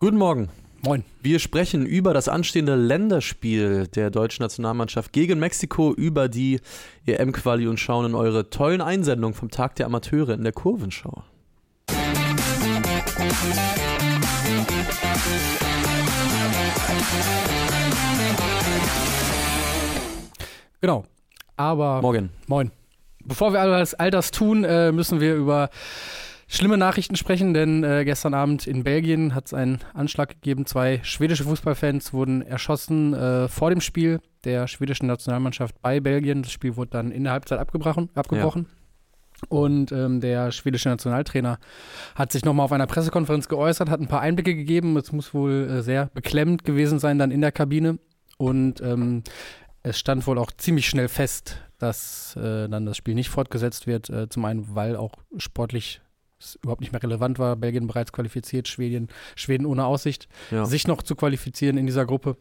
Guten Morgen. Moin. Wir sprechen über das anstehende Länderspiel der deutschen Nationalmannschaft gegen Mexiko, über die EM-Quali und schauen in eure tollen Einsendungen vom Tag der Amateure in der Kurvenschau. Genau. Aber Moin. Bevor wir all das tun, müssen wir über schlimme Nachrichten sprechen, denn gestern Abend in Belgien hat es einen Anschlag gegeben. 2 schwedische Fußballfans wurden erschossen vor dem Spiel der schwedischen Nationalmannschaft bei Belgien. Das Spiel wurde dann in der Halbzeit abgebrochen. Ja. Und der schwedische Nationaltrainer hat sich nochmal auf einer Pressekonferenz geäußert, hat ein paar Einblicke gegeben. Es muss wohl sehr beklemmend gewesen sein dann in der Kabine. Und es stand wohl auch ziemlich schnell fest, dass dann das Spiel nicht fortgesetzt wird. Zum einen, weil auch sportlich es überhaupt nicht mehr relevant war. Belgien bereits qualifiziert, Schweden ohne Aussicht, sich noch zu qualifizieren in dieser Gruppe.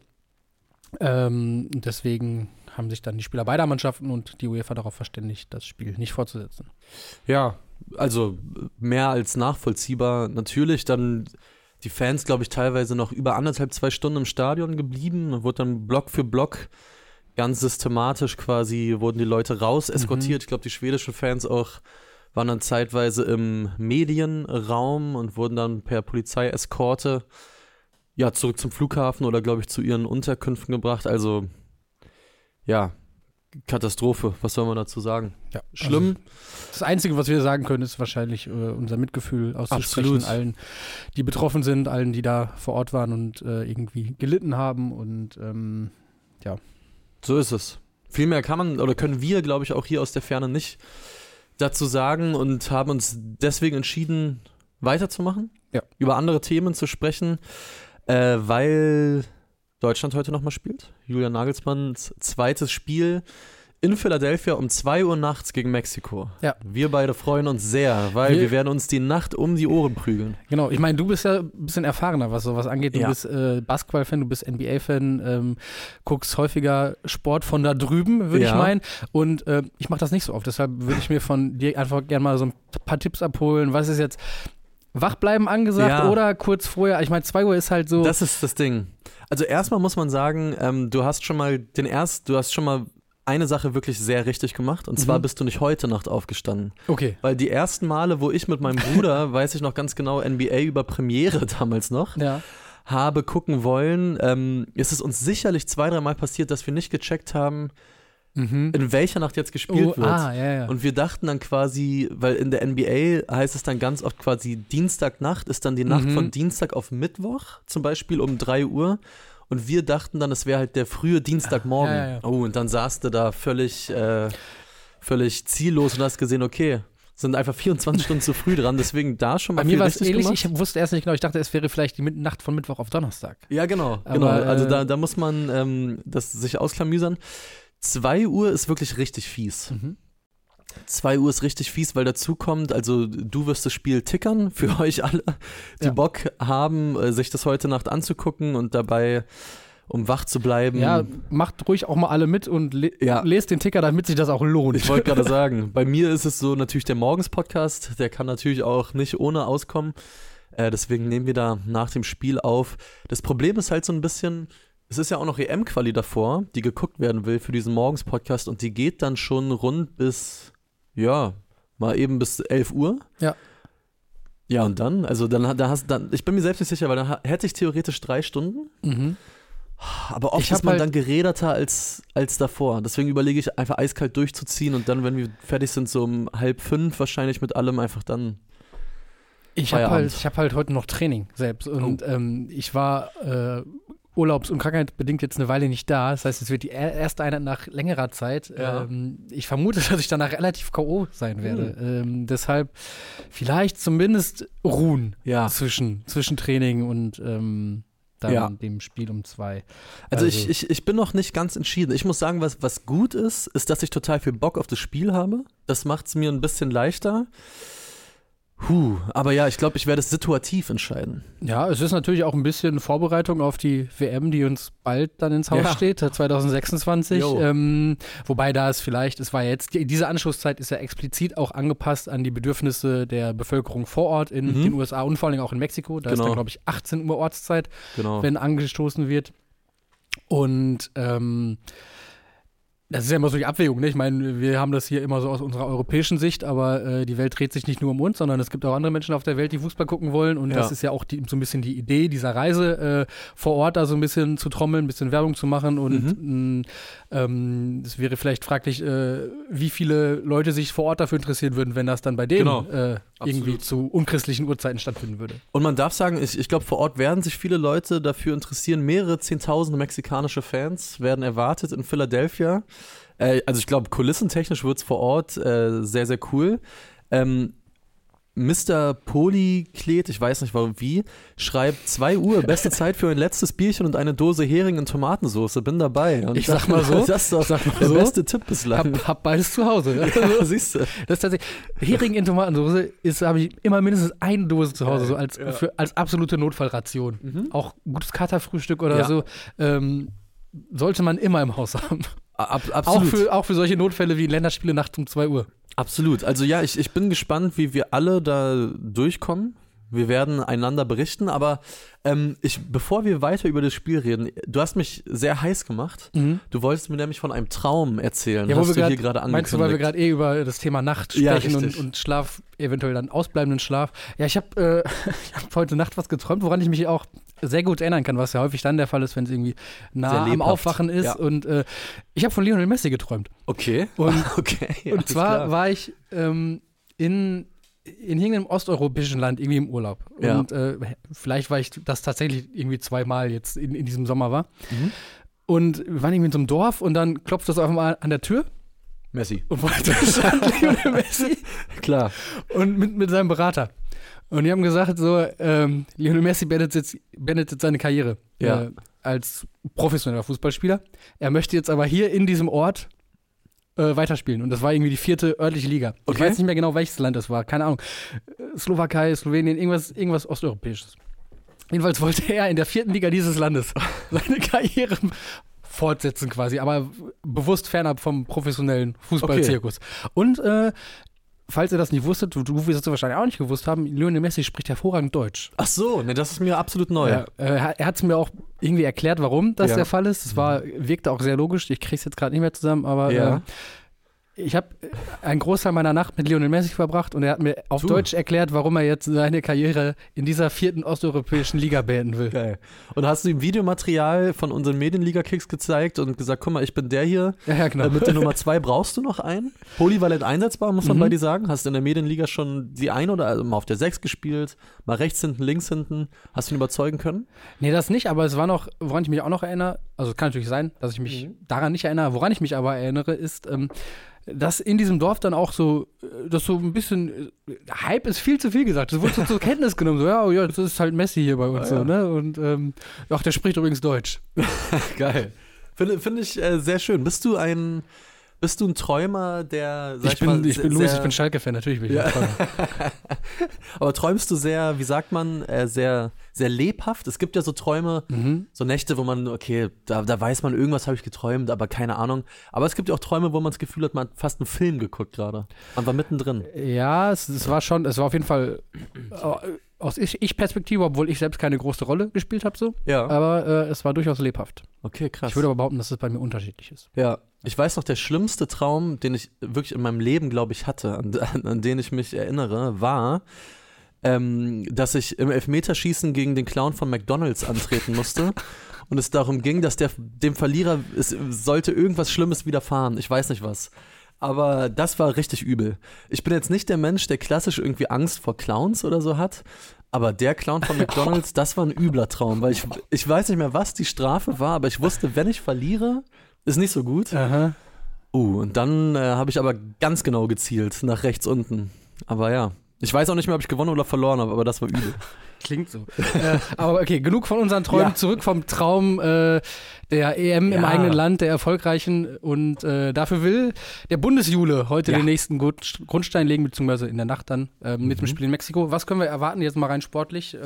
Deswegen haben sich dann die Spieler beider Mannschaften und die UEFA darauf verständigt, das Spiel nicht fortzusetzen. Ja, also mehr als nachvollziehbar. Natürlich dann die Fans, glaube ich, teilweise noch über 2 Stunden im Stadion geblieben. Wurde dann Block für Block ganz systematisch quasi, wurden die Leute raus eskortiert. Ich glaube, die schwedischen Fans auch waren dann zeitweise im Medienraum und wurden dann per Polizeieskorte zurück zum Flughafen oder, glaube ich, zu ihren Unterkünften gebracht. Also, ja, Katastrophe. Was soll man dazu sagen? Ja, schlimm. Also, das Einzige, was wir sagen können, ist wahrscheinlich unser Mitgefühl auszusprechen. Absolut. Allen, die betroffen sind, allen, die da vor Ort waren und irgendwie gelitten haben und So ist es. Viel mehr kann man oder können wir, glaube ich, auch hier aus der Ferne nicht dazu sagen und haben uns deswegen entschieden, weiterzumachen, über andere Themen zu sprechen, weil Deutschland heute nochmal spielt. Julian Nagelsmanns zweites Spiel in Philadelphia um 2 Uhr nachts gegen Mexiko. Ja. Wir beide freuen uns sehr, weil wir werden uns die Nacht um die Ohren prügeln. Genau, ich meine, du bist ja ein bisschen erfahrener, was sowas angeht. Du bist Basketball-Fan, du bist NBA-Fan, guckst häufiger Sport von da drüben, würde ich meinen. Und ich mache das nicht so oft, deshalb würde ich mir von dir einfach gerne mal so ein paar Tipps abholen. Was ist jetzt Wachbleiben angesagt oder kurz vorher? Ich meine, 2 Uhr ist halt so. Das ist das Ding. Also erstmal muss man sagen, du hast schon mal eine Sache wirklich sehr richtig gemacht, und zwar bist du nicht heute Nacht aufgestanden. Okay. Weil die ersten Male, wo ich mit meinem Bruder, weiß ich noch ganz genau, NBA über Premiere damals noch, habe gucken wollen, ist es uns sicherlich 2-3 Mal passiert, dass wir nicht gecheckt haben, in welcher Nacht jetzt gespielt wird. Und wir dachten dann quasi, weil in der NBA heißt es dann ganz oft quasi Dienstagnacht, ist dann die Nacht von Dienstag auf Mittwoch, zum Beispiel um 3 Uhr. Und wir dachten dann, es wäre halt der frühe Dienstagmorgen. Oh, und dann saßt du da völlig ziellos und hast gesehen, okay, sind einfach 24 Stunden zu früh dran, deswegen da schon mal Bei mir war es ähnlich, gemacht. Ich wusste erst nicht genau, ich dachte, es wäre vielleicht die Nacht von Mittwoch auf Donnerstag. Ja, genau. Also da muss man das sich ausklamüsern. 2 Uhr ist wirklich richtig fies. 2 Uhr ist richtig fies, weil dazu kommt, also du wirst das Spiel tickern für euch alle, die Bock haben, sich das heute Nacht anzugucken und dabei, um wach zu bleiben. Ja, macht ruhig auch mal alle mit und lest den Ticker, damit sich das auch lohnt. Ich wollte gerade sagen, bei mir ist es so natürlich der Morgens-Podcast, der kann natürlich auch nicht ohne auskommen, deswegen nehmen wir da nach dem Spiel auf. Das Problem ist halt so ein bisschen, es ist ja auch noch EM-Quali davor, die geguckt werden will für diesen Morgens-Podcast, und die geht dann schon rund bis mal eben bis 11 Uhr. Ja. Ja, und dann, also ich bin mir selbst nicht sicher, weil dann hätte ich theoretisch 3 Stunden. Aber oft ist man dann geräderter als davor. Deswegen überlege ich einfach eiskalt durchzuziehen und dann, wenn wir fertig sind, so um 4:30 wahrscheinlich mit allem einfach dann Ich habe halt heute noch Training selbst und ich war urlaubs- und krankheitsbedingt jetzt eine Weile nicht da. Das heißt, es wird die erste Einheit nach längerer Zeit. Ja. Ich vermute, dass ich danach relativ K.O. sein werde. Deshalb vielleicht zumindest ruhen zwischen Training und dem Spiel um 2. Also ich bin noch nicht ganz entschieden. Ich muss sagen, was gut ist, dass ich total viel Bock auf das Spiel habe. Das macht es mir ein bisschen leichter. Aber ja, ich glaube, ich werde es situativ entscheiden. Ja, es ist natürlich auch ein bisschen Vorbereitung auf die WM, die uns bald dann ins Haus steht, 2026. Wobei es war jetzt, diese Anschlusszeit ist ja explizit auch angepasst an die Bedürfnisse der Bevölkerung vor Ort in den USA und vor allem auch in Mexiko. Da ist dann, glaube ich, 18 Uhr Ortszeit, wenn angestoßen wird. Und das ist ja immer so die Abwägung, ne? Ich meine, wir haben das hier immer so aus unserer europäischen Sicht, aber die Welt dreht sich nicht nur um uns, sondern es gibt auch andere Menschen auf der Welt, die Fußball gucken wollen und das ist ja auch so ein bisschen die Idee dieser Reise, vor Ort da so ein bisschen zu trommeln, ein bisschen Werbung zu machen und es wäre vielleicht fraglich, wie viele Leute sich vor Ort dafür interessieren würden, wenn das dann bei denen irgendwie zu unchristlichen Uhrzeiten stattfinden würde. Und man darf sagen, ich glaube, vor Ort werden sich viele Leute dafür interessieren. Mehrere 10.000 mexikanische Fans werden erwartet in Philadelphia. Also ich glaube, kulissentechnisch wird es vor Ort sehr, sehr cool. Mr. Polyklet, ich weiß nicht warum wie, schreibt 2 Uhr, beste Zeit für ein letztes Bierchen und eine Dose Hering in Tomatensauce. Bin dabei. Und ich sag mal so, das ist doch der beste Tipp bislang. Hab beides zu Hause. Ja, siehst du. Das ist tatsächlich, Hering in Tomatensauce habe ich immer mindestens eine Dose zu Hause, so als absolute Notfallration. Auch gutes Katerfrühstück oder so. Sollte man immer im Haus haben. Absolut. Auch für solche Notfälle wie Länderspiele nachts um 2 Uhr. Absolut. Also ja, ich bin gespannt, wie wir alle da durchkommen. Wir werden einander berichten, aber bevor wir weiter über das Spiel reden, du hast mich sehr heiß gemacht. Du wolltest mir nämlich von einem Traum erzählen, ja, hast du hier gerade angekündigt. Meinst du, weil wir gerade über das Thema Nacht sprechen und Schlaf, eventuell dann ausbleibenden Schlaf. Ja, ich habe heute Nacht was geträumt, woran ich mich auch sehr gut erinnern kann, was ja häufig dann der Fall ist, wenn es irgendwie nah am Aufwachen ist. Ja. Und ich habe von Lionel Messi geträumt. Okay. Und zwar war ich in irgendeinem osteuropäischen Land irgendwie im Urlaub. Ja. Und vielleicht, weil ich das tatsächlich irgendwie 2-mal jetzt in diesem Sommer war. Und wir waren irgendwie in so einem Dorf und dann klopft das auf einmal an der Tür. Messi. Und da stand Lionel Messi. Klar. Und mit seinem Berater. Und die haben gesagt, so, Lionel Messi beendet jetzt seine Karriere als professioneller Fußballspieler. Er möchte jetzt aber hier in diesem Ort weiterspielen. Und das war irgendwie die 4. örtliche Liga. Okay. Ich weiß nicht mehr genau, welches Land das war. Keine Ahnung. Slowakei, Slowenien, irgendwas Osteuropäisches. Jedenfalls wollte er in der 4. Liga dieses Landes seine Karriere fortsetzen quasi, aber bewusst fernab vom professionellen Fußballzirkus. Okay. Und falls ihr das nicht wusstet, du wirst es wahrscheinlich auch nicht gewusst haben, Lionel Messi spricht hervorragend Deutsch. Ach so, ne, das ist mir absolut neu. Ja, er hat es mir auch irgendwie erklärt, warum das der Fall ist. Es wirkte auch sehr logisch. Ich krieg's jetzt gerade nicht mehr zusammen, aber ich habe einen Großteil meiner Nacht mit Lionel Messi verbracht und er hat mir auf Deutsch erklärt, warum er jetzt seine Karriere in dieser 4. osteuropäischen Liga beenden will. Geil. Und hast du ihm Videomaterial von unseren Medienliga-Kicks gezeigt und gesagt, guck mal, ich bin der hier. Ja, genau. Mit der Nummer 2 brauchst du noch einen. Polyvalent einsetzbar, muss man bei dir sagen. Hast du in der Medienliga schon die ein oder also mal auf der 6 gespielt, mal rechts hinten, links hinten. Hast du ihn überzeugen können? Nee, das nicht, aber es war noch, woran ich mich auch noch erinnere, also es kann natürlich sein, dass ich mich daran nicht erinnere. Woran ich mich aber erinnere, ist, dass in diesem Dorf dann auch so, dass so ein bisschen, Hype ist viel zu viel gesagt. Das wurde so zur Kenntnis genommen. So, ja, das ist halt Messi hier bei uns. So, ne? Und der spricht übrigens Deutsch. Geil. Finde ich sehr schön. Bist du ein Träumer, der, ich bin Luis, ich bin Schalke-Fan, natürlich bin ich ein Träumer. Aber träumst du sehr, wie sagt man, sehr, sehr lebhaft? Es gibt ja so Träume, so Nächte, wo man, okay, da weiß man, irgendwas habe ich geträumt, aber keine Ahnung. Aber es gibt ja auch Träume, wo man das Gefühl hat, man hat fast einen Film geguckt gerade. Man war mittendrin. Ja, es war auf jeden Fall aus Ich-Perspektive, obwohl ich selbst keine große Rolle gespielt habe, so. Ja. Aber es war durchaus lebhaft. Okay, krass. Ich würde aber behaupten, dass es bei mir unterschiedlich ist. Ja. Ich weiß noch, der schlimmste Traum, den ich wirklich in meinem Leben, glaube ich, hatte, an den ich mich erinnere, war, dass ich im Elfmeterschießen gegen den Clown von McDonald's antreten musste und es darum ging, dass dem Verlierer, es sollte irgendwas Schlimmes widerfahren. Ich weiß nicht was. Aber das war richtig übel. Ich bin jetzt nicht der Mensch, der klassisch irgendwie Angst vor Clowns oder so hat, aber der Clown von McDonald's, das war ein übler Traum, weil ich weiß nicht mehr, was die Strafe war, aber ich wusste, wenn ich verliere, ist nicht so gut. Aha. Und dann habe ich aber ganz genau gezielt nach rechts unten. Aber ja, ich weiß auch nicht mehr, ob ich gewonnen oder verloren habe, aber das war übel. Klingt so. Aber okay, genug von unseren Träumen, zurück vom Traum der EM im eigenen Land, der erfolgreichen. Und dafür will der Bundesjule heute den nächsten Grundstein legen, beziehungsweise in der Nacht dann mit dem Spiel in Mexiko. Was können wir erwarten, jetzt mal rein sportlich?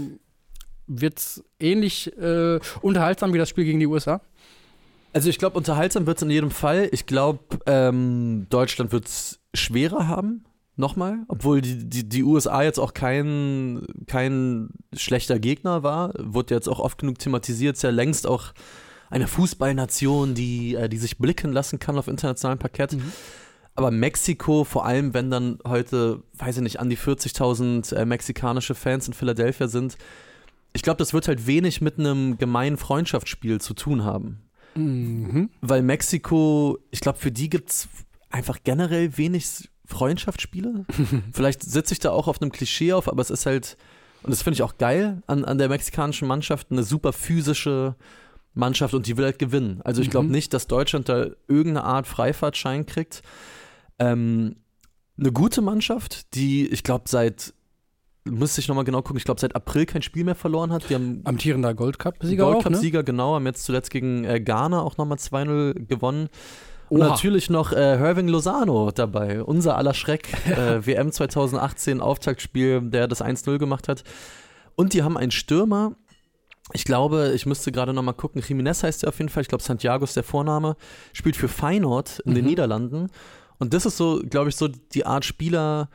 Wird es ähnlich unterhaltsam wie das Spiel gegen die USA? Also ich glaube, unterhaltsam wird es in jedem Fall. Ich glaube, Deutschland wird es schwerer haben. Nochmal, obwohl die USA jetzt auch kein schlechter Gegner war, wurde jetzt auch oft genug thematisiert, ist ja längst auch eine Fußballnation, die sich blicken lassen kann auf internationalem Parkett. Aber Mexiko, vor allem wenn dann heute, weiß ich nicht, an die 40.000 mexikanische Fans in Philadelphia sind, ich glaube, das wird halt wenig mit einem gemeinen Freundschaftsspiel zu tun haben. Weil Mexiko, ich glaube, für die gibt es einfach generell wenig Freundschaftsspiele. Vielleicht sitze ich da auch auf einem Klischee auf, aber es ist halt, und das finde ich auch geil, an der mexikanischen Mannschaft, eine super physische Mannschaft und die will halt gewinnen. Also ich glaube nicht, dass Deutschland da irgendeine Art Freifahrtschein kriegt. Eine gute Mannschaft, die, ich glaube, müsste ich nochmal genau gucken, ich glaube, seit April kein Spiel mehr verloren hat. Die haben amtierender Goldcup-Sieger Goldcup-Sieger, genau, haben jetzt zuletzt gegen Ghana auch nochmal 2-0 gewonnen. Und natürlich noch Hirving Lozano dabei, unser aller Schreck, WM 2018 Auftaktspiel, der das 1-0 gemacht hat. Und die haben einen Stürmer, ich glaube, ich müsste gerade nochmal gucken, Jiménez heißt der auf jeden Fall, ich glaube Santiago ist der Vorname, spielt für Feyenoord in den Niederlanden. Und das ist so, glaube ich, so die Art Spieler,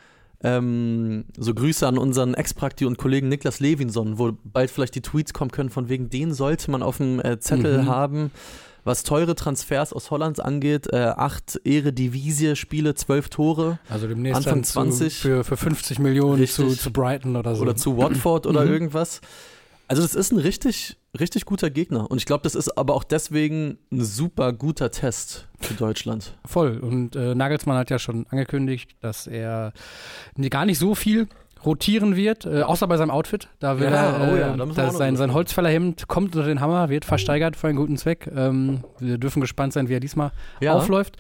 so Grüße an unseren Ex-Prakti und Kollegen Niklas Levinson, wo bald vielleicht die Tweets kommen können, von wegen, den sollte man auf dem Zettel haben. Was teure Transfers aus Holland angeht, 8 Eredivisie-Spiele, 12 Tore. Also demnächst Anfang 20. Für 50 Millionen zu Brighton oder so. Oder zu Watford oder irgendwas. Also das ist ein richtig, richtig guter Gegner. Und ich glaube, das ist aber auch deswegen ein super guter Test für Deutschland. Voll. Und Nagelsmann hat ja schon angekündigt, dass er gar nicht so viel rotieren wird, außer bei seinem Outfit. Da will sein Holzfällerhemd kommt unter den Hammer, wird versteigert für einen guten Zweck. Wir dürfen gespannt sein, wie er diesmal aufläuft.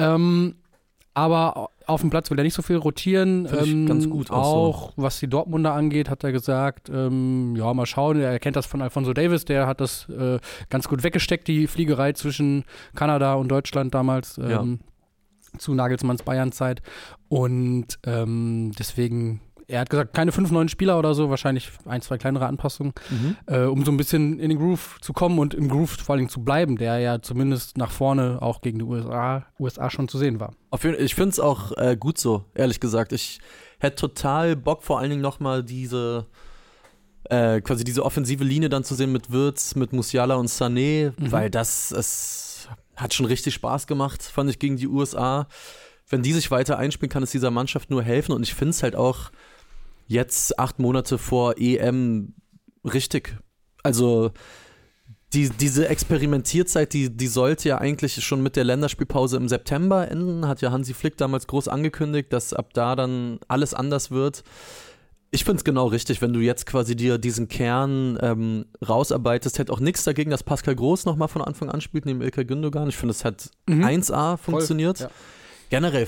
Aber auf dem Platz will er nicht so viel rotieren. Ganz gut auch so. Was die Dortmunder angeht, hat er gesagt, mal schauen. Er kennt das von Alphonso Davies, der hat das ganz gut weggesteckt, die Fliegerei zwischen Kanada und Deutschland damals zu Nagelsmanns Bayern-Zeit. Und deswegen, er hat gesagt, keine 5 neuen Spieler oder so, wahrscheinlich 1, 2 kleinere Anpassungen, um so ein bisschen in den Groove zu kommen und im Groove vor allem zu bleiben, der ja zumindest nach vorne auch gegen die USA schon zu sehen war. Ich finde es auch gut so, ehrlich gesagt. Ich hätte total Bock, vor allen Dingen nochmal diese offensive Linie dann zu sehen mit Wirtz, mit Musiala und Sané, weil es hat schon richtig Spaß gemacht, fand ich, gegen die USA. Wenn die sich weiter einspielen, kann es dieser Mannschaft nur helfen und ich finde es halt auch jetzt 8 Monate vor EM richtig. Also diese Experimentierzeit, die sollte ja eigentlich schon mit der Länderspielpause im September enden, hat ja Hansi Flick damals groß angekündigt, dass ab da dann alles anders wird. Ich finde es genau richtig, wenn du jetzt quasi dir diesen Kern rausarbeitest. Hätte auch nichts dagegen, dass Pascal Groß nochmal von Anfang an spielt, neben Ilkay Gündogan. Ich finde, es hat 1A funktioniert. Voll, ja. Generell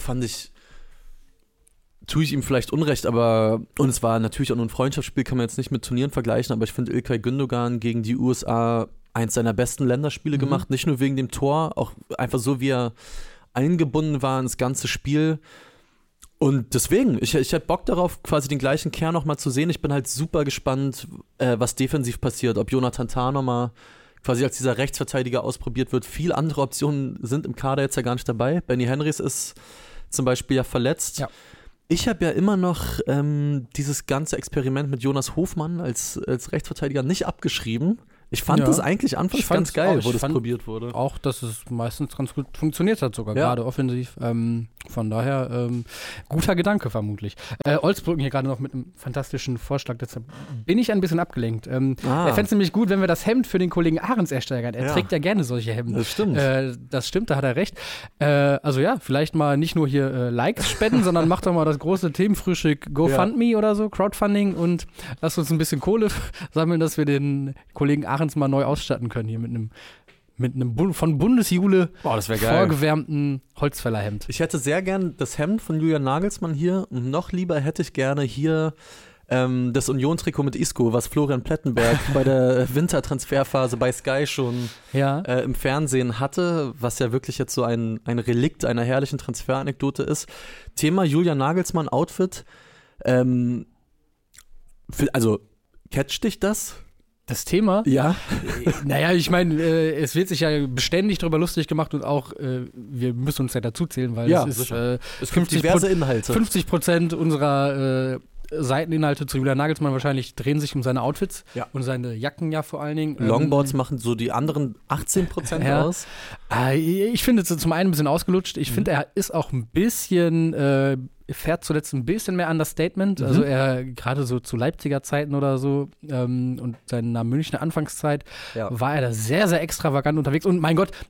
tue ich ihm vielleicht Unrecht, und es war natürlich auch nur ein Freundschaftsspiel, kann man jetzt nicht mit Turnieren vergleichen, aber ich finde Ilkay Gündogan gegen die USA eins seiner besten Länderspiele gemacht, nicht nur wegen dem Tor, auch einfach so, wie er eingebunden war ins ganze Spiel. Und deswegen, ich hätte Bock darauf, quasi den gleichen Kern nochmal zu sehen. Ich bin halt super gespannt, was defensiv passiert, ob Jonathan Tah nochmal quasi als dieser Rechtsverteidiger ausprobiert wird. Viele andere Optionen sind im Kader jetzt ja gar nicht dabei. Benny Henrichs ist zum Beispiel ja verletzt. Ja. Ich habe ja immer noch dieses ganze Experiment mit Jonas Hofmann als Rechtsverteidiger nicht abgeschrieben. Ich fand das eigentlich anfangs ganz geil, wo das probiert wurde. Auch, dass es meistens ganz gut funktioniert hat, sogar gerade offensiv. Von daher, guter Gedanke vermutlich. Olsbrücken hier gerade noch mit einem fantastischen Vorschlag, deshalb bin ich ein bisschen abgelenkt. Er fände es nämlich gut, wenn wir das Hemd für den Kollegen Ahrens ersteigern. Er trägt ja gerne solche Hemden. Das stimmt. Das stimmt, da hat er recht. Vielleicht mal nicht nur hier Likes spenden, sondern macht doch mal das große Themenfrühstück GoFundMe oder so, Crowdfunding, und lasst uns ein bisschen Kohle sammeln, dass wir den Kollegen Ahrens mal neu ausstatten können hier mit einem von Bundesjule vorgewärmten Holzfällerhemd. Ich hätte sehr gern das Hemd von Julian Nagelsmann hier und noch lieber hätte ich gerne hier das Union-Trikot mit Isco, was Florian Plettenberg bei der Wintertransferphase bei Sky schon im Fernsehen hatte, was ja wirklich jetzt so ein Relikt einer herrlichen Transferanekdote ist. Thema Julian Nagelsmann Outfit. Also, catcht dich das? Das Thema? Ja. Naja, ich meine, es wird sich ja beständig darüber lustig gemacht und auch, wir müssen uns ja dazu zählen, weil es ist es gibt diverse Inhalte. 50% unserer Seiteninhalte zu Julian Nagelsmann wahrscheinlich drehen sich um seine Outfits und seine Jacken ja vor allen Dingen. Longboards machen so die anderen 18% aus. Ich finde es zum einen ein bisschen ausgelutscht. Ich finde, er ist auch ein bisschen, fährt zuletzt ein bisschen mehr Understatement. Also er, gerade so zu Leipziger Zeiten oder so und seiner Münchner Anfangszeit, war er da sehr, sehr extravagant unterwegs. Und mein Gott,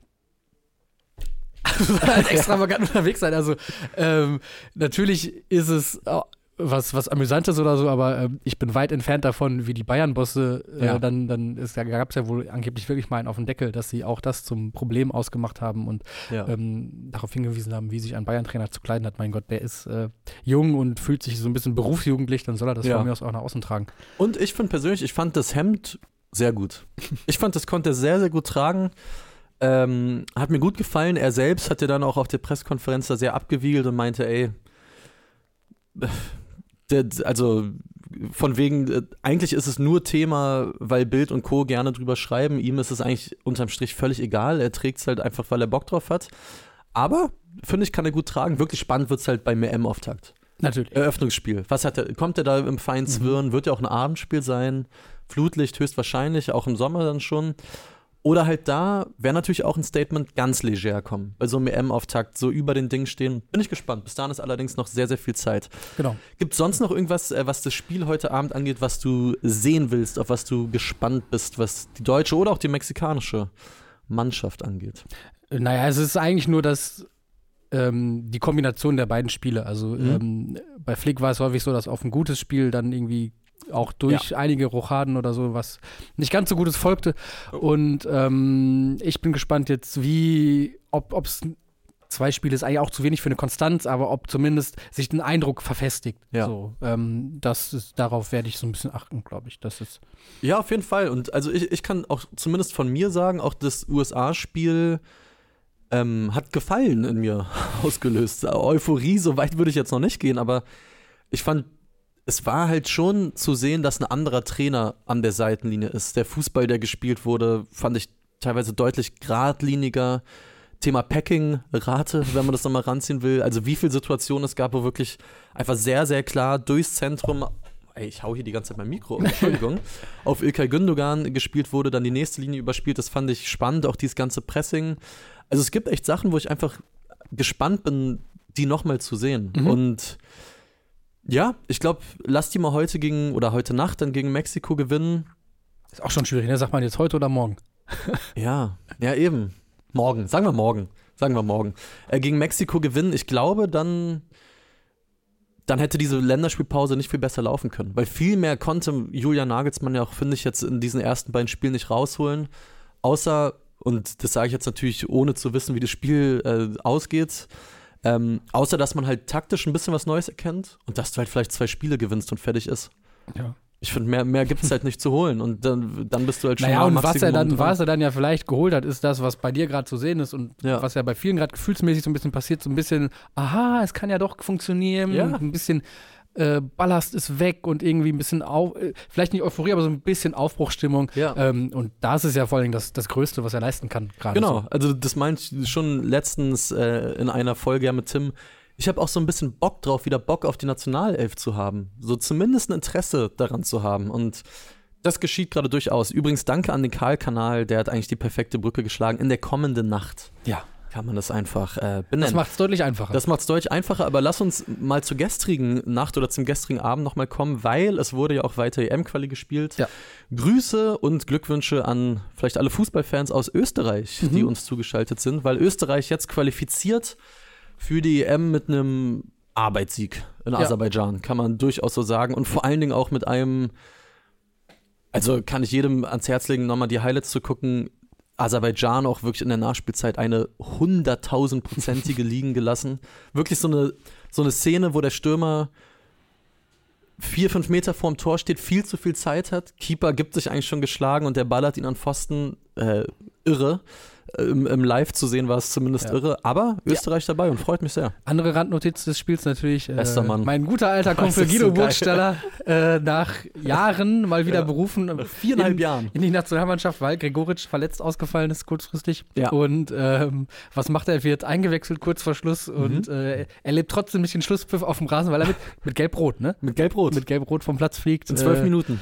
halt extravagant unterwegs sein. Also natürlich ist es was Amüsantes oder so, aber ich bin weit entfernt davon, wie die Bayern-Bosse dann gab es ja wohl angeblich wirklich mal einen auf den Deckel, dass sie auch das zum Problem ausgemacht haben und darauf hingewiesen haben, wie sich ein Bayern-Trainer zu kleiden hat. Mein Gott, der ist jung und fühlt sich so ein bisschen berufsjugendlich, dann soll er das von mir aus auch nach außen tragen. Und ich finde persönlich, ich fand das Hemd sehr gut. Ich fand, das konnte er sehr, sehr gut tragen. Hat mir gut gefallen. Er selbst hat ja dann auch auf der Pressekonferenz da sehr abgewiegelt und meinte, also von wegen, eigentlich ist es nur Thema, weil Bild und Co. gerne drüber schreiben. Ihm ist es eigentlich unterm Strich völlig egal. Er trägt es halt einfach, weil er Bock drauf hat. Aber, finde ich, kann er gut tragen. Wirklich spannend wird es halt beim EM-Auftakt. Natürlich. Eröffnungsspiel. Kommt er da im feinen Zwirn? Wird ja auch ein Abendspiel sein. Flutlicht höchstwahrscheinlich, auch im Sommer dann schon. Oder halt da wäre natürlich auch ein Statement ganz leger kommen. Bei so einem EM-Auftakt, so über den Ding stehen. Bin ich gespannt. Bis dahin ist allerdings noch sehr, sehr viel Zeit. Genau. Gibt es sonst noch irgendwas, was das Spiel heute Abend angeht, was du sehen willst, auf was du gespannt bist, was die deutsche oder auch die mexikanische Mannschaft angeht? Naja, es ist eigentlich nur die Kombination der beiden Spiele. Also bei Flick war es häufig so, dass auf ein gutes Spiel dann irgendwie auch durch einige Rochaden oder so, was nicht ganz so Gutes folgte. Und ich bin gespannt jetzt, ob es 2 Spiele ist eigentlich auch zu wenig für eine Konstanz, aber ob zumindest sich ein Eindruck verfestigt. Ja. So, darauf werde ich so ein bisschen achten, glaube ich. Ja, auf jeden Fall. Und also ich kann auch zumindest von mir sagen, auch das USA-Spiel hat Gefallen in mir ausgelöst. Euphorie, so weit würde ich jetzt noch nicht gehen, aber ich fand, es war halt schon zu sehen, dass ein anderer Trainer an der Seitenlinie ist. Der Fußball, der gespielt wurde, fand ich teilweise deutlich geradliniger. Thema Packing-Rate, wenn man das nochmal ranziehen will. Also wie viele Situationen es gab, wo wirklich einfach sehr, sehr klar durchs Zentrum, ich hau hier die ganze Zeit mein Mikro, Entschuldigung, auf İlkay Gündogan gespielt wurde, dann die nächste Linie überspielt. Das fand ich spannend, auch dieses ganze Pressing. Also es gibt echt Sachen, wo ich einfach gespannt bin, die nochmal zu sehen. Und ja, ich glaube, lass die mal heute Nacht dann gegen Mexiko gewinnen. Ist auch schon schwierig, ne? Sagt man jetzt heute oder morgen? Ja, eben. Morgen, sagen wir morgen. Gegen Mexiko gewinnen, ich glaube, dann hätte diese Länderspielpause nicht viel besser laufen können. Weil viel mehr konnte Julian Nagelsmann ja auch, finde ich, jetzt in diesen ersten beiden Spielen nicht rausholen. Außer, und das sage ich jetzt natürlich, ohne zu wissen, wie das Spiel ausgeht, außer, dass man halt taktisch ein bisschen was Neues erkennt und dass du halt vielleicht 2 Spiele gewinnst und fertig ist. Ja. Ich finde, mehr gibt es halt nicht zu holen und dann bist du halt schon mal und was er dann ja vielleicht geholt hat, ist das, was bei dir gerade zu sehen ist und was ja bei vielen gerade gefühlsmäßig so ein bisschen passiert, so ein bisschen, aha, es kann ja doch funktionieren, ein bisschen Ballast ist weg und irgendwie ein bisschen vielleicht nicht Euphorie, aber so ein bisschen Aufbruchsstimmung. Ja. Und da ist es ja vor allem das Größte, was er leisten kann. Genau, so. Also das meinte ich schon letztens in einer Folge mit Tim. Ich habe auch so ein bisschen Bock drauf, wieder Bock auf die Nationalelf zu haben. So zumindest ein Interesse daran zu haben. Und das geschieht gerade durchaus. Übrigens danke an den Karl-Kanal, der hat eigentlich die perfekte Brücke geschlagen. In der kommenden Nacht. Ja. Kann man das einfach benennen. Das macht es deutlich einfacher. Aber lass uns mal zur gestrigen Nacht oder zum gestrigen Abend nochmal kommen, weil es wurde ja auch weiter EM-Quali gespielt. Ja. Grüße und Glückwünsche an vielleicht alle Fußballfans aus Österreich, die uns zugeschaltet sind, weil Österreich jetzt qualifiziert für die EM mit einem Arbeitssieg in Aserbaidschan, kann man durchaus so sagen. Und vor allen Dingen auch mit einem, also kann ich jedem ans Herz legen, nochmal die Highlights zu gucken, Aserbaidschan auch wirklich in der Nachspielzeit eine 100.000-prozentige liegen gelassen. Wirklich so eine Szene, wo der Stürmer 4-5 Meter vorm Tor steht, viel zu viel Zeit hat. Keeper gibt sich eigentlich schon geschlagen und der ballert ihn an Pfosten. Irre. Im Live zu sehen war es zumindest irre. Aber Österreich dabei und freut mich sehr. Andere Randnotiz des Spiels natürlich. Bester Mann. Mein guter alter Kumpel Guido so Burgstaller nach Jahren mal wieder berufen. 4,5 Jahren. In die Nationalmannschaft, weil Gregoritsch verletzt ausgefallen ist, kurzfristig. Ja. Und was macht er? Er wird eingewechselt kurz vor Schluss und er lebt trotzdem nicht den Schlusspfiff auf dem Rasen, weil er mit Gelb-Rot, ne? Mit Gelb-Rot. Mit Gelb-Rot vom Platz fliegt. In 12 Minuten.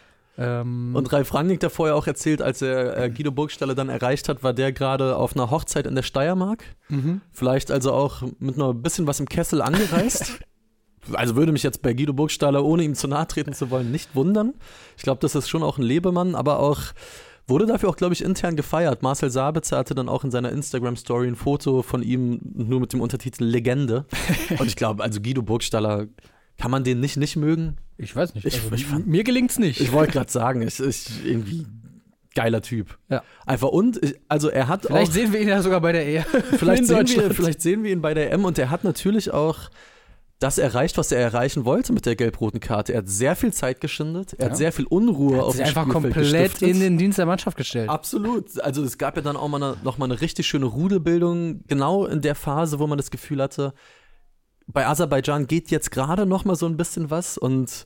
Und Ralf Rangnick, der vorher auch erzählt, als er Guido Burgstaller dann erreicht hat, war der gerade auf einer Hochzeit in der Steiermark. Vielleicht also auch mit noch ein bisschen was im Kessel angereist. Also würde mich jetzt bei Guido Burgstaller, ohne ihm zu nahe treten zu wollen, nicht wundern. Ich glaube, das ist schon auch ein Lebemann, aber auch wurde dafür auch, glaube ich, intern gefeiert. Marcel Sabitzer hatte dann auch in seiner Instagram-Story ein Foto von ihm nur mit dem Untertitel Legende. Und ich glaube, also Guido Burgstaller, kann man den nicht mögen? Ich weiß nicht. Mir gelingt's nicht. Ich wollte gerade sagen, es ist irgendwie geiler Typ. Ja. Einfach also er hat Vielleicht sehen wir ihn ja sogar bei der EM. Vielleicht sehen wir ihn bei der EM und er hat natürlich auch das erreicht, was er erreichen wollte mit der gelb-roten Karte. Er hat sehr viel Zeit geschindet, er hat sehr viel Unruhe auf dem Spielfeld einfach komplett gestiftet. In den Dienst der Mannschaft gestellt. Absolut. Also es gab ja dann auch noch mal eine richtig schöne Rudelbildung, genau in der Phase, wo man das Gefühl hatte, bei Aserbaidschan geht jetzt gerade noch mal so ein bisschen was und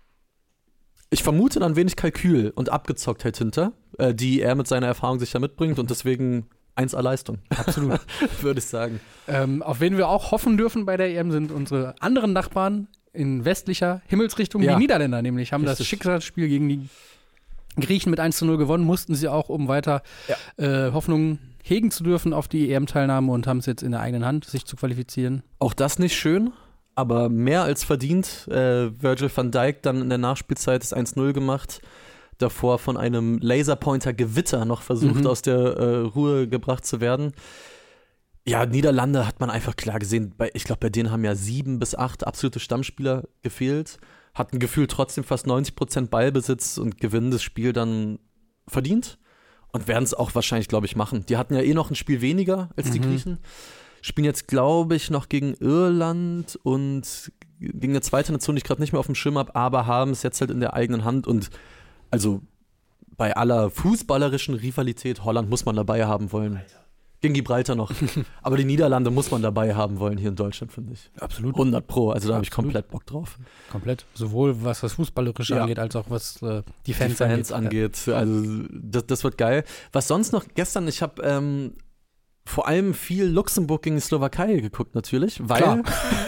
ich vermute dann wenig Kalkül und Abgezocktheit hinter, die er mit seiner Erfahrung sich da mitbringt und deswegen 1A Leistung. Absolut. Würde ich sagen. Auf wen wir auch hoffen dürfen bei der EM sind unsere anderen Nachbarn in westlicher Himmelsrichtung, die Niederländer nämlich, haben das Schicksalsspiel gegen die Griechen mit 1:0 gewonnen, mussten sie auch, um weiter Hoffnung hegen zu dürfen auf die EM-Teilnahme und haben es jetzt in der eigenen Hand, sich zu qualifizieren. Auch das nicht schön, aber mehr als verdient. Virgil van Dijk dann in der Nachspielzeit das 1:0 gemacht. Davor von einem Laserpointer-Gewitter noch versucht, aus der Ruhe gebracht zu werden. Ja, Niederlande hat man einfach klar gesehen. Ich glaube, bei denen haben ja 7 bis 8 absolute Stammspieler gefehlt. Hatten gefühlt trotzdem fast 90% Ballbesitz und gewinnen das Spiel dann verdient. Und werden es auch wahrscheinlich, glaube ich, machen. Die hatten ja eh noch ein Spiel weniger als die Griechen. Spielen jetzt, glaube ich, noch gegen Irland und gegen eine zweite Nation, die ich gerade nicht mehr auf dem Schirm habe, aber haben es jetzt halt in der eigenen Hand. Und also bei aller fußballerischen Rivalität, Holland muss man dabei haben wollen. Gegen Gibraltar noch. Aber die Niederlande muss man dabei haben wollen hier in Deutschland, finde ich. Absolut. 100%. Also da habe ich komplett Bock drauf. Komplett. Sowohl was das Fußballerische angeht, als auch was die Fans angeht. Also das wird geil. Was sonst noch? Gestern, ich habe vor allem viel Luxemburg gegen die Slowakei geguckt natürlich, weil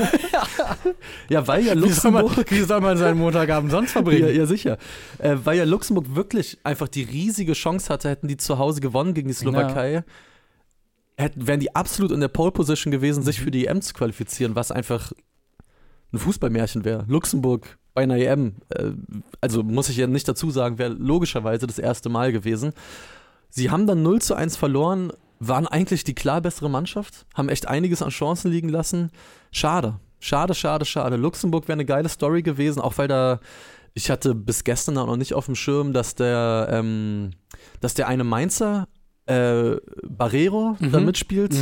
weil ja Luxemburg... Wie soll man seinen Montagabend sonst verbringen? Ja, sicher. Weil ja Luxemburg wirklich einfach die riesige Chance hatte, hätten die zu Hause gewonnen gegen die Slowakei, wären die absolut in der Pole-Position gewesen, sich für die EM zu qualifizieren, was einfach ein Fußballmärchen wäre. Luxemburg bei einer EM, also muss ich ja nicht dazu sagen, wäre logischerweise das erste Mal gewesen. Sie haben dann 0:1 verloren, waren eigentlich die klar bessere Mannschaft, haben echt einiges an Chancen liegen lassen. Schade. Luxemburg wäre eine geile Story gewesen, auch weil ich hatte bis gestern auch noch nicht auf dem Schirm, dass der eine Mainzer Barreiro da mitspielt,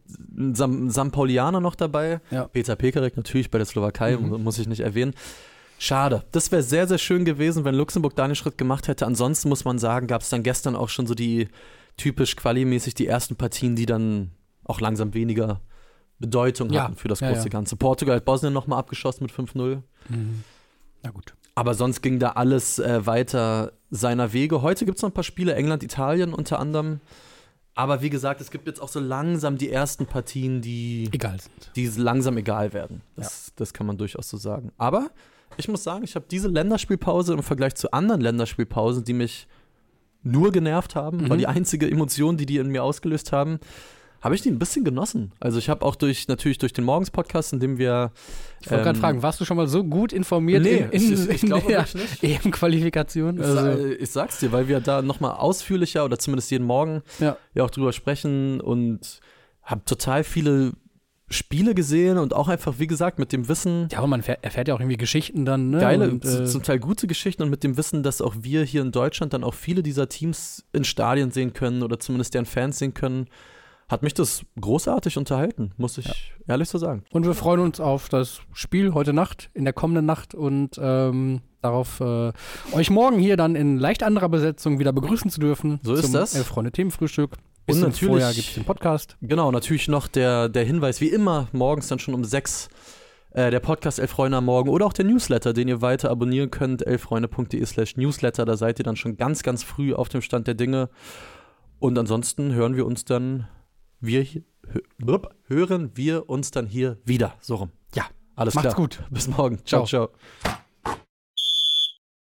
St. Paulianer noch dabei, Peter Pekarek natürlich bei der Slowakei, muss ich nicht erwähnen. Schade. Das wäre sehr, sehr schön gewesen, wenn Luxemburg da einen Schritt gemacht hätte. Ansonsten muss man sagen, gab es dann gestern auch schon so die typisch quali-mäßig die ersten Partien, die dann auch langsam weniger Bedeutung hatten für das große Ganze. Portugal hat Bosnien nochmal abgeschossen mit 5:0. Na gut. Aber sonst ging da alles weiter seiner Wege. Heute gibt es noch ein paar Spiele, England, Italien unter anderem. Aber wie gesagt, es gibt jetzt auch so langsam die ersten Partien, die langsam egal werden. Das kann man durchaus so sagen. Aber ich muss sagen, ich habe diese Länderspielpause im Vergleich zu anderen Länderspielpausen, die mich nur genervt haben, war die einzige Emotion, die in mir ausgelöst haben, habe ich die ein bisschen genossen. Also ich habe auch natürlich durch den Morgens-Podcast, in dem wir Ich wollte gerade fragen, warst du schon mal so gut informiert ich glaube der nicht. EM-Qualifikation? Ich sag's dir, weil wir da nochmal ausführlicher oder zumindest jeden Morgen ja auch drüber sprechen und habe total viele Spiele gesehen und auch einfach, wie gesagt, mit dem Wissen. Ja, aber man erfährt ja auch irgendwie Geschichten dann, ne? Geile, zum Teil gute Geschichten und mit dem Wissen, dass auch wir hier in Deutschland dann auch viele dieser Teams in Stadien sehen können oder zumindest deren Fans sehen können, hat mich das großartig unterhalten, muss ich ehrlich so sagen. Und wir freuen uns auf das Spiel heute Nacht, in der kommenden Nacht und darauf, euch morgen hier dann in leicht anderer Besetzung wieder begrüßen zu dürfen. So ist das. 11 Freunde Themenfrühstück. Und natürlich vorher gibt es den Podcast. Genau, natürlich noch der Hinweis, wie immer, morgens dann schon um 6 der Podcast 11 Freunde am Morgen oder auch der Newsletter, den ihr weiter abonnieren könnt, 11freunde.de/Newsletter. Da seid ihr dann schon ganz, ganz früh auf dem Stand der Dinge. Und ansonsten hören wir uns dann hier wieder. So rum. Ja, alles klar. Macht's gut. Bis morgen. Ciao, ciao.